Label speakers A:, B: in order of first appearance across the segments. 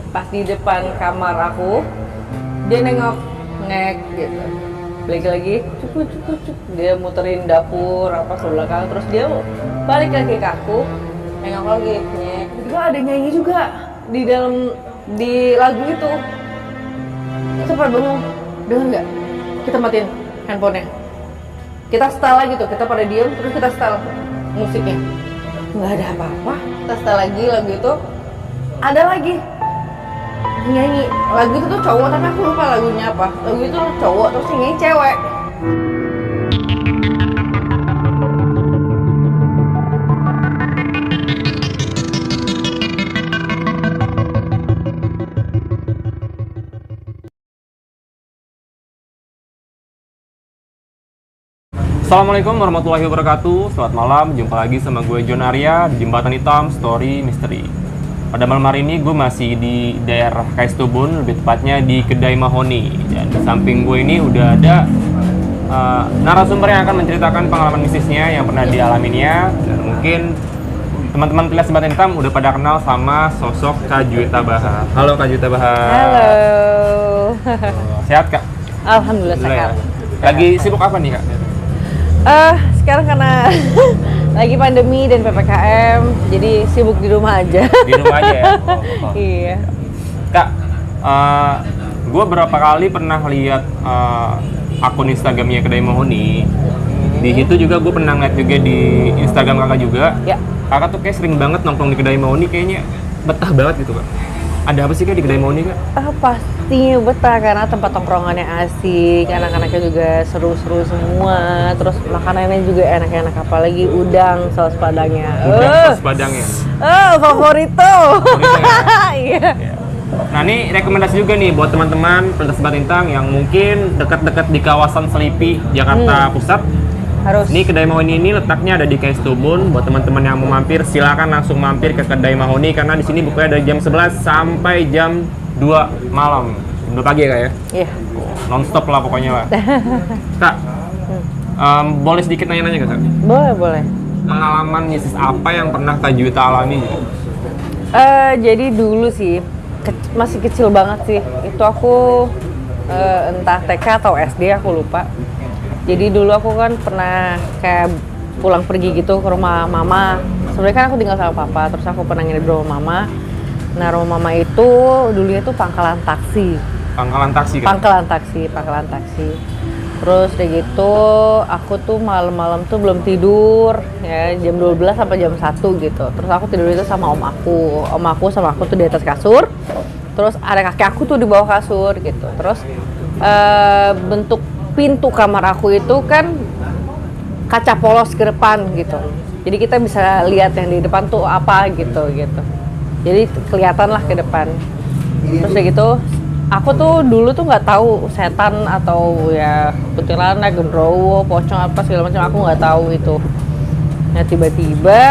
A: Pas di depan kamar aku, dia nengok gitu. Lagi cuk, dia muterin dapur apa ke belakang, terus dia balik lagi ke aku, nengok lagi nyek. Juga ada nyanyi juga di dalam di lagu itu. Kita pada bengong, denger nggak? Kita matiin handphonenya. Kita setel lagi tuh, kita pada diem, terus kita setel musiknya. Nggak ada apa-apa. Kita setel lagi lagu itu, ada lagi nyanyi. Lagu itu tuh cowok, tapi aku lupa lagunya apa. Lagu itu cowok, terus yang nyanyi cewek.
B: Assalamualaikum warahmatullahi wabarakatuh. Selamat malam, jumpa lagi sama gue John Arya di Jembatan Hitam Story Mystery. Pada malam hari ini gue masih di daerah Kaistubun, lebih tepatnya di Kedai Mahoni. Dan di samping gue ini udah ada narasumber yang akan menceritakan pengalaman bisnisnya yang pernah dialaminya. Dan mungkin teman-teman Pilas Jembatan Hitam udah pada kenal sama sosok Kak Juwita Bahar. Halo Kak Juwita Bahar.
A: Halo.
B: Sehat Kak?
A: Alhamdulillah sehat.
B: Lagi sibuk apa nih Kak?
A: Sekarang karena lagi pandemi dan PPKM, jadi sibuk di rumah aja.
B: Di rumah aja ya?
A: Iya.
B: Kak, gue berapa kali pernah lihat akun Instagramnya Kedai Mahoni. Di situ juga gue pernah ngeliat juga di Instagram kakak juga.
A: Ya.
B: Kakak tuh kayak sering banget nongkrong di Kedai Mahoni, kayaknya betah banget gitu Kak. Ada apa sih Kak di Kedai Mahoni Kak?
A: Pastinya betah karena tempat tongkrongannya asik, anak-anaknya juga seru-seru semua, terus makanannya juga enak-enak, apalagi udang saus padangnya.
B: Udang saus padangnya.
A: Favorito. Iya.
B: Nah ini rekomendasi juga nih buat teman-teman Pilas Jembatan Hitam yang mungkin dekat-dekat di kawasan Selipi, Jakarta Pusat.
A: Harus.
B: Ini Kedai Mahoni ini letaknya ada di Kaistubun. Buat teman-teman yang mau mampir, silakan langsung mampir ke Kedai Mahoni karena di sini bukanya dari jam 11 sampai jam 2 malam. 2 pagi ya Kak ya?
A: Iya.
B: Non-stop lah pokoknya lah. Kak, boleh sedikit nanya-nanya Kak?
A: Boleh.
B: Pengalaman bisnis apa yang pernah Kak Juwita alami?
A: Jadi dulu sih, masih kecil banget sih. Itu aku entah TK atau SD, aku lupa. Jadi dulu aku kan pernah kayak pulang pergi gitu ke rumah mama. Sebenarnya kan aku tinggal sama papa, terus aku pernah nginep di rumah mama. Nah rumah mama itu dulunya tuh pangkalan taksi.
B: Pangkalan taksi kan?
A: Pangkalan taksi. Terus udah gitu, aku tuh malam-malam tuh belum tidur, ya jam 12 sampai jam 1 gitu. Terus aku tidur itu sama om aku sama aku tuh di atas kasur. Terus ada kakek aku tuh di bawah kasur gitu. Terus bentuk pintu kamar aku itu kan kaca polos ke depan gitu. Jadi kita bisa lihat yang di depan tuh apa gitu. Jadi kelihatan lah ke depan. Terus kayak gitu, aku tuh dulu tuh nggak tahu setan atau ya kuntilanak, genderuwo, pocong apa segala macam, aku nggak tahu itu. Nah tiba-tiba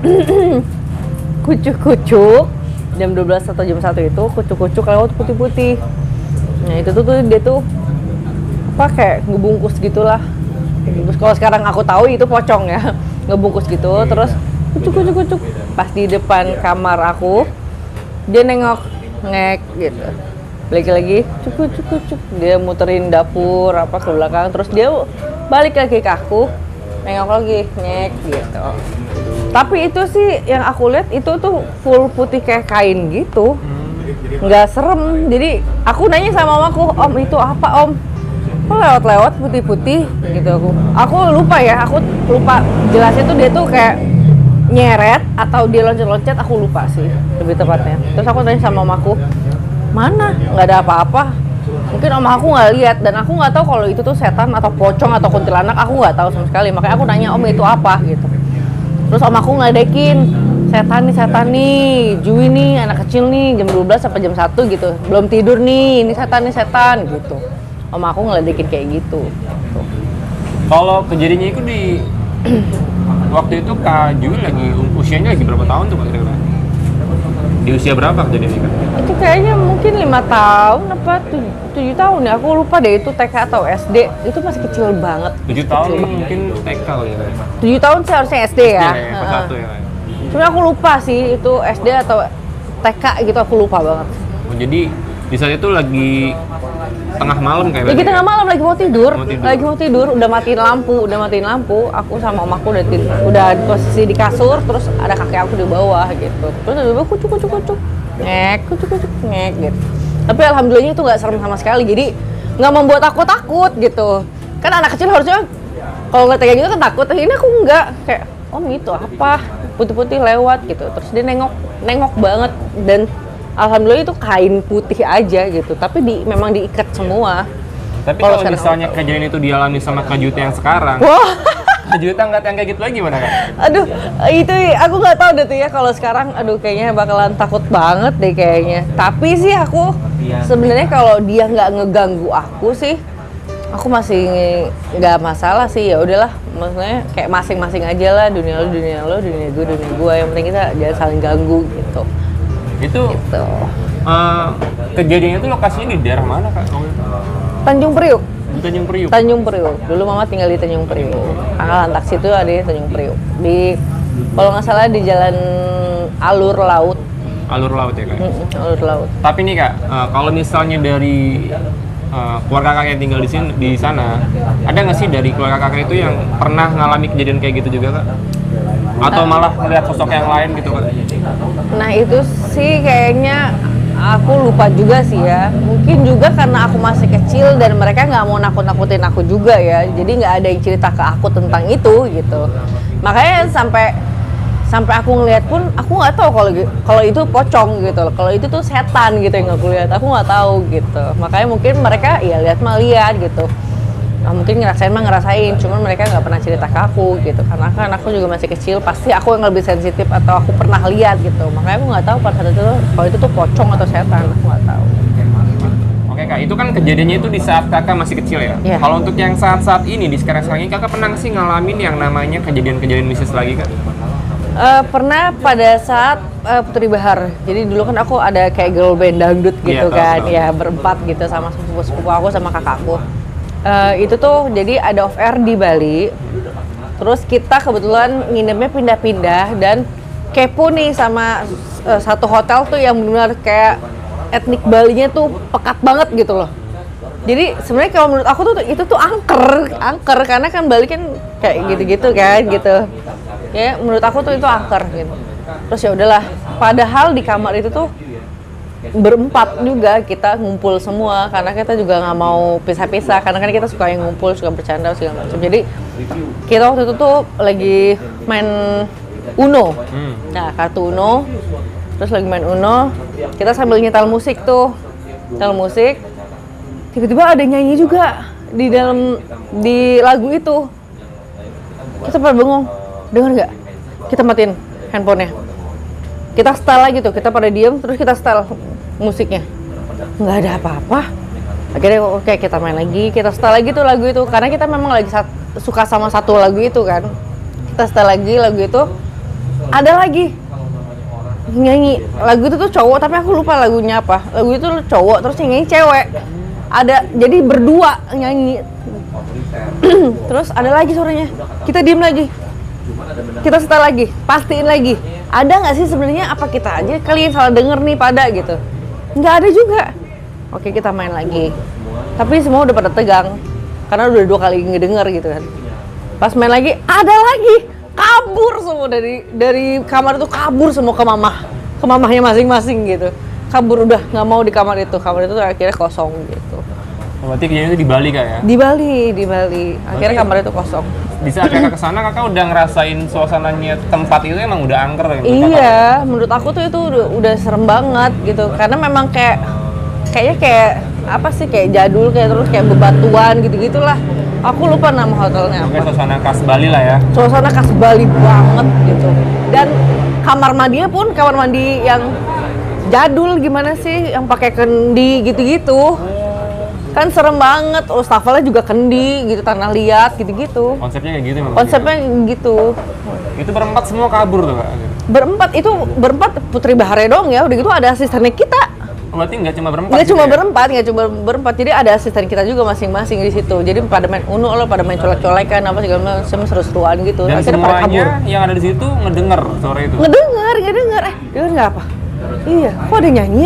A: kucuk-kucuk jam 12 atau jam 1 itu kucuk-kucuk lewat putih-putih. Nah itu tuh dia tuh apa kayak ngebungkus gitulah. Kalau sekarang aku tahu itu pocong ya, ngebungkus gitu. Terus kucuk pas di depan kamar aku, dia nengok gitu. Lagi cuk, dia muterin dapur apa ke belakang, terus dia balik lagi ke aku, nengok lagi gitu. Tapi itu sih yang aku lihat itu tuh full putih kayak kain gitu, nggak serem. Jadi aku nanya sama mamaku, om itu apa om? Kok lewat-lewat putih-putih gitu aku lupa jelasnya tuh dia tuh kayak nyeret atau dia loncat-loncat, aku lupa sih lebih tepatnya. Terus aku tanya sama mamaku, mana nggak ada apa-apa, mungkin om aku nggak lihat, dan aku nggak tahu kalau itu tuh setan atau pocong atau kuntilanak, aku nggak tahu sama sekali. Makanya aku nanya, om itu apa gitu. Terus om aku ngeledekin, setan nih Jui nih, anak kecil nih jam 12 sampai jam 1 gitu, belum tidur nih, ini setan gitu. Om aku ngeledekin kayak gitu.
B: Kalau kejadiannya itu di waktu itu Kak Jui lagi usianya lagi berapa tahun tuh Kak kira-kira? Di usia berapa kejadiannya Kak?
A: Itu kayaknya mungkin 5 tahun apa 7 tahun ya, aku lupa deh itu TK atau SD. Itu masih kecil banget.
B: 7 tahun mungkin TK kali ya?
A: 7 tahun sih harusnya SD ya.
B: Kelas 1 ya?
A: Cuma aku lupa sih itu SD atau TK gitu, aku lupa banget.
B: Oh, jadi di saat itu lagi tengah malam kayak
A: Lagi tengah malam, lagi mau tidur, udah matiin lampu. Aku sama om aku udah posisi di kasur, terus ada kakek aku di bawah gitu. Terus ada kucuk, ngek gitu. Tapi alhamdulillahnya itu nggak serem sama sekali, jadi nggak membuat aku takut gitu. Kan anak kecil harusnya kalau ngeliat kayak gitu kan takut, ini aku nggak, kayak om itu apa, putih-putih lewat gitu. Terus dia nengok banget, dan alhamdulillah itu kain putih aja gitu, tapi memang diikat semua.
B: Tapi kalau misalnya kejadian itu dialami sama Kak Juta yang sekarang,
A: wah,
B: Kak Juta ngeliat yang kayak gitu lagi gimana Kak?
A: aduh, itu aku nggak tahu deh tuh ya kalau sekarang, aduh kayaknya bakalan takut banget deh kayaknya. Tapi sih aku sebenarnya kalau dia nggak ngeganggu aku sih, aku masih nggak masalah sih, ya udahlah, maksudnya kayak masing-masing aja lah, dunia lo, dunia gue, yang penting kita jangan saling ganggu gitu.
B: Itu
A: Gitu.
B: Kejadiannya itu lokasinya di daerah mana Kak?
A: Tanjung Priuk.
B: Di Tanjung Priuk.
A: Tanjung Priuk. Dulu mama tinggal di Tanjung Priuk. Pangkalan taksi itu ada di Tanjung Priuk. Di, kalau nggak salah di jalan Alur Laut.
B: Alur laut ya Kak?
A: Alur Laut.
B: Tapi nih Kak, kalau misalnya dari keluarga kakak yang tinggal di sana, ada nggak sih dari keluarga kakak itu yang pernah ngalami kejadian kayak gitu juga Kak? Atau malah melihat sosok yang lain gitu Kak?
A: Nah itu sih kayaknya aku lupa juga sih ya. Mungkin juga karena aku masih kecil dan mereka nggak mau nakut-nakutin aku juga ya. Jadi nggak ada yang cerita ke aku tentang itu gitu. Makanya sampai aku ngeliat pun aku nggak tahu kalau itu pocong gitu. Kalau itu tuh setan gitu yang aku lihat. Aku nggak tahu gitu. Makanya mungkin mereka ya lihat gitu. Nah, mungkin ngerasain, cuman mereka nggak pernah cerita ke aku gitu, karena kan aku juga masih kecil, pasti aku yang lebih sensitif atau aku pernah lihat gitu, makanya aku nggak tahu pada saat itu kalau itu tuh pocong atau setan, aku nggak tahu.
B: Oke Kak, itu kan kejadiannya itu di saat kakak masih kecil ya?
A: Iya.
B: Kalau untuk yang saat-saat ini, di sekarang ini, kakak pernah nggak sih ngalamin yang namanya kejadian-kejadian mistis lagi Kak?
A: Pernah pada saat Putri Bahar, jadi dulu kan aku ada kayak girl band dangdut gitu kan, ya berempat gitu sama sepupu aku sama kakakku. Itu tuh jadi ada off air di Bali, terus kita kebetulan nginepnya pindah-pindah dan kepo nih sama satu hotel tuh yang benar kayak etnik Balinya tuh pekat banget gitu loh. Jadi sebenarnya kalau menurut aku tuh itu tuh angker karena kan Bali kan kayak gitu-gitu kan gitu. Ya menurut aku tuh itu angker gitu. Terus ya udahlah, padahal di kamar itu tuh berempat juga kita ngumpul semua karena kita juga nggak mau pisah-pisah karena kan kita suka yang ngumpul, suka bercanda segala macam. Jadi kita waktu itu tuh lagi main Uno. Nah, kartu Uno. Terus lagi main Uno, kita sambil nyetel musik tuh. Nyetel musik. Tiba-tiba ada nyanyi juga di lagu itu. Kita pada bengong. Dengar nggak? Kita matiin handphonenya. Kita setel lagi tuh, kita pada diem, terus kita setel musiknya. Nggak ada apa-apa. Akhirnya oke, kita main lagi, kita setel lagi tuh lagu itu. Karena kita memang lagi suka sama satu lagu itu kan. Kita setel lagi lagu itu, ada lagi nyanyi. Lagu itu tuh cowok, tapi aku lupa lagunya apa. Lagu itu cowok, terus yang nyanyi cewek. Ada, jadi berdua nyanyi. Terus ada lagi suaranya. Kita diem lagi. Kita setel lagi, pastiin lagi. Ada nggak sih sebenarnya, apa kita aja kalian salah denger nih pada gitu? Nggak ada juga. Oke, kita main lagi. Tapi semua udah pada tegang karena udah 2 kali ngedenger gitu kan. Pas main lagi, ada lagi. Kabur semua dari kamar itu, kabur semua ke mamahnya masing-masing gitu. Kabur, udah nggak mau di kamar itu. Kamar itu akhirnya kosong gitu.
B: Berarti kejadian itu di Bali Kak ya?
A: Di Bali. Akhirnya kamar itu kosong.
B: Di saat kakak kesana, kakak udah ngerasain suasananya tempat itu emang udah angker ya?
A: Iya, menurut aku tuh itu udah serem banget gitu. Karena memang kayaknya kayak apa sih, kayak jadul, kayak terus kayak bebatuan gitu-gitulah. Aku lupa nama hotelnya apa.
B: Kayak suasana khas Bali lah ya?
A: Suasana khas Bali banget gitu. Dan kamar mandinya pun kamar mandi yang jadul gimana sih, yang pakai kendi gitu-gitu. Kan serem banget, wastafelnya juga kendi gitu, tanah liat gitu-gitu.
B: Konsepnya kayak gitu memang?
A: Konsepnya gitu.
B: Itu berempat semua kabur tuh Kak?
A: Berempat Putri Bahare dong ya, udah gitu ada asistennya kita.
B: Berarti nggak cuma berempat?
A: Nggak cuma berempat, jadi ada asisten kita juga masing-masing di situ. Jadi pada main Uno, pada main colek-colekan apa segala macam, seru-seruan gitu.
B: Dan
A: akhirnya pada kabur.
B: semuanya yang ada di situ ngedenger sore itu?
A: Ngedenger, denger nggak apa? Iya, kok ada nyanyi ya?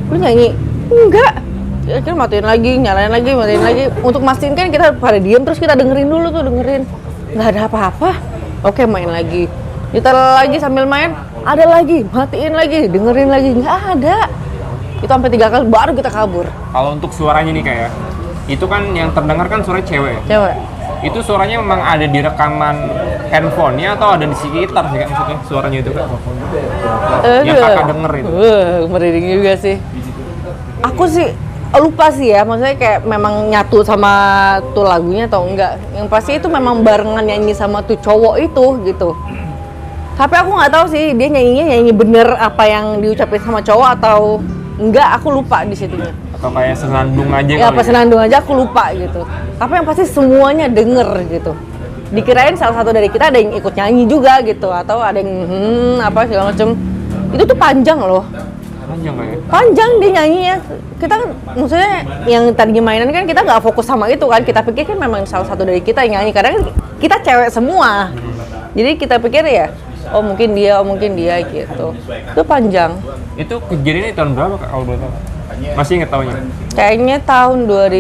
A: lu nyanyi? Enggak. Ya, akhirnya matiin lagi, nyalain lagi, matiin lagi. Untuk mastiin kan kita pada diem, terus kita dengerin dulu tuh, nggak ada apa-apa. Oke, main lagi. Nyetel lagi sambil main, ada lagi, matiin lagi, dengerin lagi, nggak ada. Itu sampai 3 kali baru kita kabur.
B: Kalau untuk suaranya nih kayak, itu kan yang terdengar kan suara cewek.
A: Cewek.
B: Itu suaranya memang ada di rekaman handphonenya atau ada di sekitar sih kan maksudnya suaranya itu kan? Yang kakak dengerin.
A: Merinding juga sih. Aku sih lupa sih ya, maksudnya kayak memang nyatu sama tuh lagunya atau enggak. Yang pasti itu memang barengan nyanyi sama tuh cowok itu gitu. Tapi aku nggak tahu sih dia nyanyi bener apa yang diucapin sama cowok atau enggak, aku lupa di situnya.
B: Atau kayak senandung aja
A: Ya
B: kali
A: pas senandung aja aku lupa gitu. Tapi yang pasti semuanya denger gitu. Dikirain salah satu dari kita ada yang ikut nyanyi juga gitu, atau ada yang apa segala macem. Itu tuh panjang loh.
B: Panjang nggak ya?
A: Panjang dia nyanyinya. Kita kan maksudnya yang tadinya mainan kan kita nggak fokus sama itu kan. Kita pikir kan memang salah satu dari kita yang nyanyi, karena kan kita cewek semua. Jadi kita pikir ya, oh mungkin dia gitu. Itu panjang.
B: Itu kejadiannya di tahun berapa Kak, kalau boleh tahu? Masih inget tahunnya?
A: Kayaknya tahun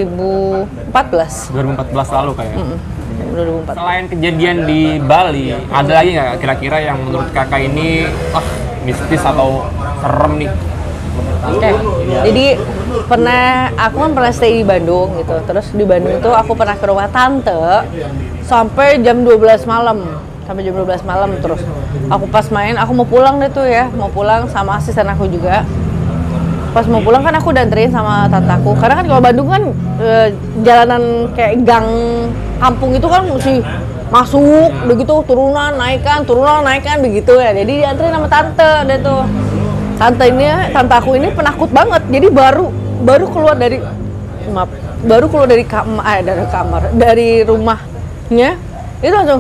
A: 2014.
B: 2014 lalu kayak.
A: 2014.
B: Selain kejadian di Bali, ada lagi nggak kira-kira yang menurut kakak ini mistis atau serem nih?
A: Oke, jadi aku kan pernah stay di Bandung gitu. Terus di Bandung itu aku pernah ke rumah tante sampai jam 12 malam. Terus aku pas main, aku mau pulang deh tuh ya, mau pulang sama asisten aku juga. Pas mau pulang kan aku dianterin sama tantaku, karena kan kalau Bandung kan jalanan kayak gang kampung itu kan mesti masuk begitu, turunan naikkan begitu ya. Jadi dianterin sama tante deh tuh. Tante aku ini penakut banget. Jadi baru keluar dari kamar dari rumahnya itu langsung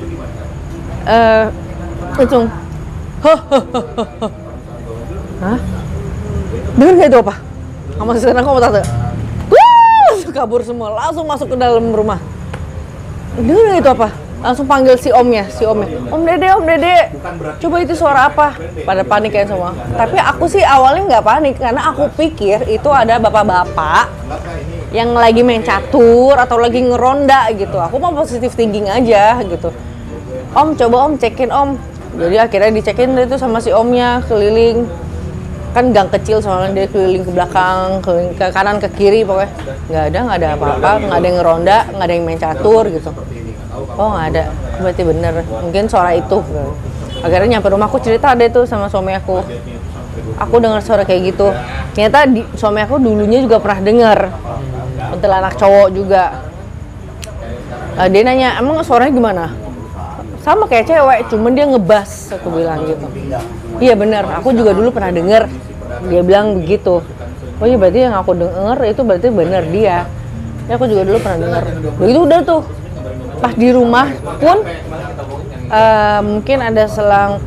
A: hah? Dengar nggak itu apa? Sama asisten aku sama tante. Langsung kabur semua, langsung masuk ke dalam rumah. Dengar nggak itu apa? Langsung panggil si omnya. Om Dede, coba itu suara apa? Pada panik kan semua. Tapi aku sih awalnya nggak panik, karena aku pikir itu ada bapak-bapak yang lagi main catur atau lagi ngeronda gitu. Aku mau positive thinking aja gitu. Om, coba om cekin om. Jadi akhirnya dicekin itu sama si omnya, keliling. Kan gang kecil soalnya, dia keliling ke belakang, keliling ke kanan, ke kiri, pokoknya nggak ada apa-apa, nggak ada yang ngeronda, nggak ada yang main catur gitu. Oh nggak ada, berarti bener, mungkin suara itu. Akhirnya nyampe rumah, aku cerita deh tuh sama suami aku dengar suara kayak gitu. Ternyata suami aku dulunya juga pernah dengar, kuntilanak cowok juga. Dia nanya, emang suaranya gimana? Sama kayak cewek, cuman dia ngebas, aku bilang gitu. Iya benar, aku juga dulu pernah dengar dia bilang begitu. Oh iya, berarti yang aku dengar itu berarti benar dia. Ya aku juga dulu pernah dengar. Begitu udah tuh. Pas di rumah pun mungkin ada selang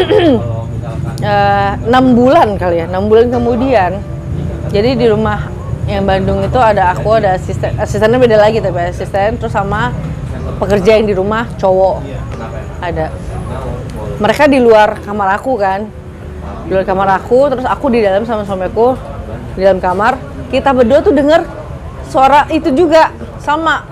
A: 6 bulan kali ya, 6 bulan kemudian. Jadi di rumah yang Bandung itu ada asistennya beda lagi, tapi asisten terus sama pekerja yang di rumah cowok ada. Mereka di luar kamar aku kan, terus aku di dalam sama suamiku di dalam kamar. Kita berdua tuh denger suara itu juga sama,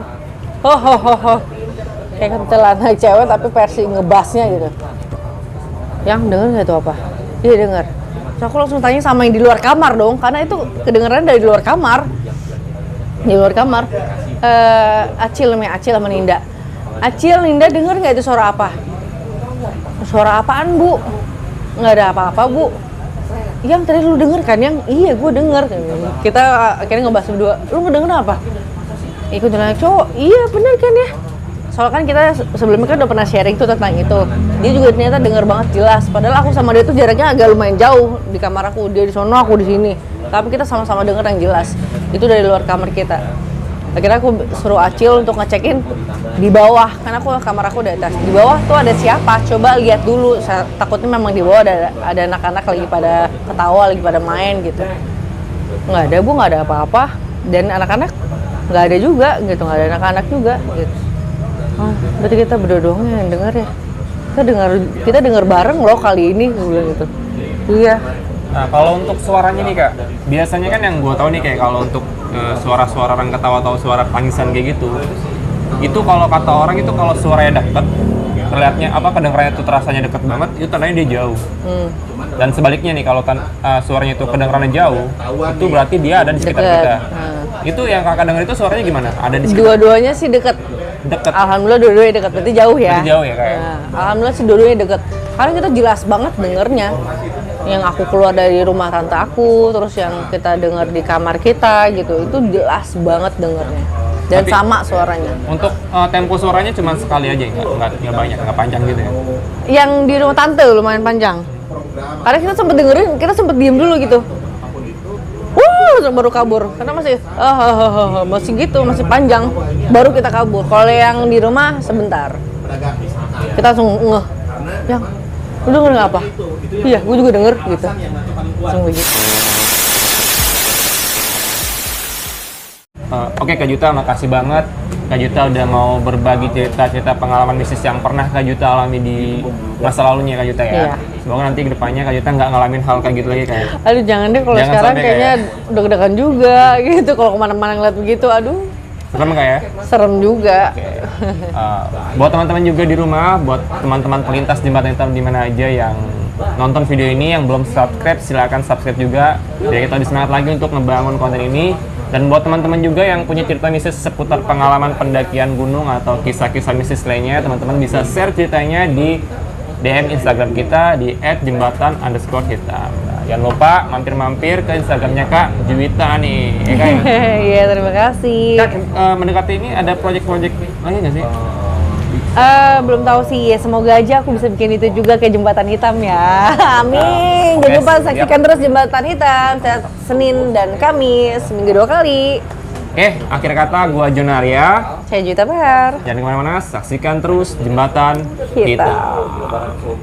A: kayak kuntilanak cewek tapi versi ngebasnya gitu. Yang denger nggak itu apa? Iya denger. Terus aku langsung tanya sama yang di luar kamar dong, karena itu kedengeran dari luar kamar. Di luar kamar, Acil sama Ninda. Ninda denger nggak itu suara apa? Suara apaan bu? Nggak ada apa-apa bu. Yang tadi lu denger kan? Yang iya gue denger. Kita akhirnya ngebahas berdua. Lu ngedenger apa? Ikut jalan cowok. Iya bener kan ya? Soalnya kan kita sebelumnya kan udah pernah sharing tuh tentang itu. Dia juga ternyata denger banget jelas. Padahal aku sama dia tuh jaraknya agak lumayan jauh di kamar aku. Dia di sono, aku di sini. Tapi kita sama-sama denger yang jelas. Itu dari luar kamar kita. Akhirnya aku suruh Acil untuk ngecekin di bawah, karena kamar aku di atas. Di bawah tuh ada siapa? Coba lihat dulu. Takutnya memang di bawah ada anak-anak lagi pada ketawa, lagi pada main gitu. Nggak ada bu, nggak ada apa-apa. Dan anak-anak nggak ada juga gitu, nggak ada anak-anak juga gitu. Berarti kita berdua doang yang denger ya. Kita dengar bareng loh kali ini, gue bilang gitu. Iya.
B: Nah, kalau untuk suaranya nih kak, biasanya kan yang gue tahu nih kayak kalau untuk suara-suara orang ketawa atau suara tangisan kayak gitu, itu kalau kata orang itu kalau suaranya deket, terlihatnya apa kedengarannya itu terasanya deket banget, itu tandanya dia jauh. Dan sebaliknya nih kalau suaranya itu kedengarannya jauh, itu berarti dia ada di sekitar
A: Deket.
B: kita. Itu yang kakak dengar itu suaranya gimana? Ada di sekitar
A: Dua-duanya sih deket.
B: deket.
A: Alhamdulillah dua-duanya deket, berarti jauh ya.
B: Berarti jauh ya, Kak, ya?
A: Nah, alhamdulillah sih dua-duanya deket. Karena kita jelas banget dengernya. Yang aku keluar dari rumah tante aku, terus yang kita denger di kamar kita gitu, itu jelas banget dengernya. Dan
B: Tapi-
A: sama suaranya.
B: Untuk tempo suaranya cuma sekali aja, nggak banyak, nggak panjang gitu ya.
A: Yang di rumah tante lumayan panjang. Karena kita sempet dengerin, kita sempet diem dulu gitu. Baru kabur. Karena masih gitu, masih panjang. Baru kita kabur. Kalau yang di rumah sebentar. Kita langsung ngeh. Yang, lu denger nggak apa? Iya, gue juga denger gitu. Langsung begitu.
B: Oke Kak Juta, makasih banget Kak Juta udah mau berbagi cerita-cerita pengalaman bisnis yang pernah Kak Juta alami di masa lalunya Kak Juta ya.
A: Iya.
B: Semoga nanti kedepannya Kak Juta nggak ngalamin hal kayak gitu lagi Kak.
A: Aduh jangan deh, kalau
B: Jangan
A: sekarang
B: sampai
A: kayaknya deg-degan juga gitu. Kalau kemana-mana ngeliat begitu, aduh
B: Serem nggak ya?
A: serem juga.
B: Buat teman-teman juga di rumah, buat teman-teman pelintas jembatan hitam di mana aja yang nonton video ini yang belum subscribe, silakan subscribe juga biar kita lebih semangat lagi untuk ngebangun konten ini. Dan buat teman-teman juga yang punya cerita mistis seputar pengalaman pendakian gunung atau kisah-kisah mistis lainnya, teman-teman bisa share ceritanya di DM Instagram kita di @jembatan_hitam. Nah, jangan lupa mampir-mampir ke Instagramnya Kak Juwita nih, ya Kak ya?
A: Iya, terima kasih.
B: Kak, mendekati ini ada project-project lagi nggak sih?
A: Belum tahu sih, ya semoga aja aku bisa bikin itu juga kayak jembatan hitam ya. Amin. Jangan lupa
B: Siap.
A: saksikan terus jembatan hitam setiap Senin dan Kamis, seminggu 2 kali.
B: Oke, akhir kata gua Jonaria.
A: Saya Juwita Bahar.
B: Jangan kemana-mana, saksikan terus jembatan
A: Hitam.
B: hitam.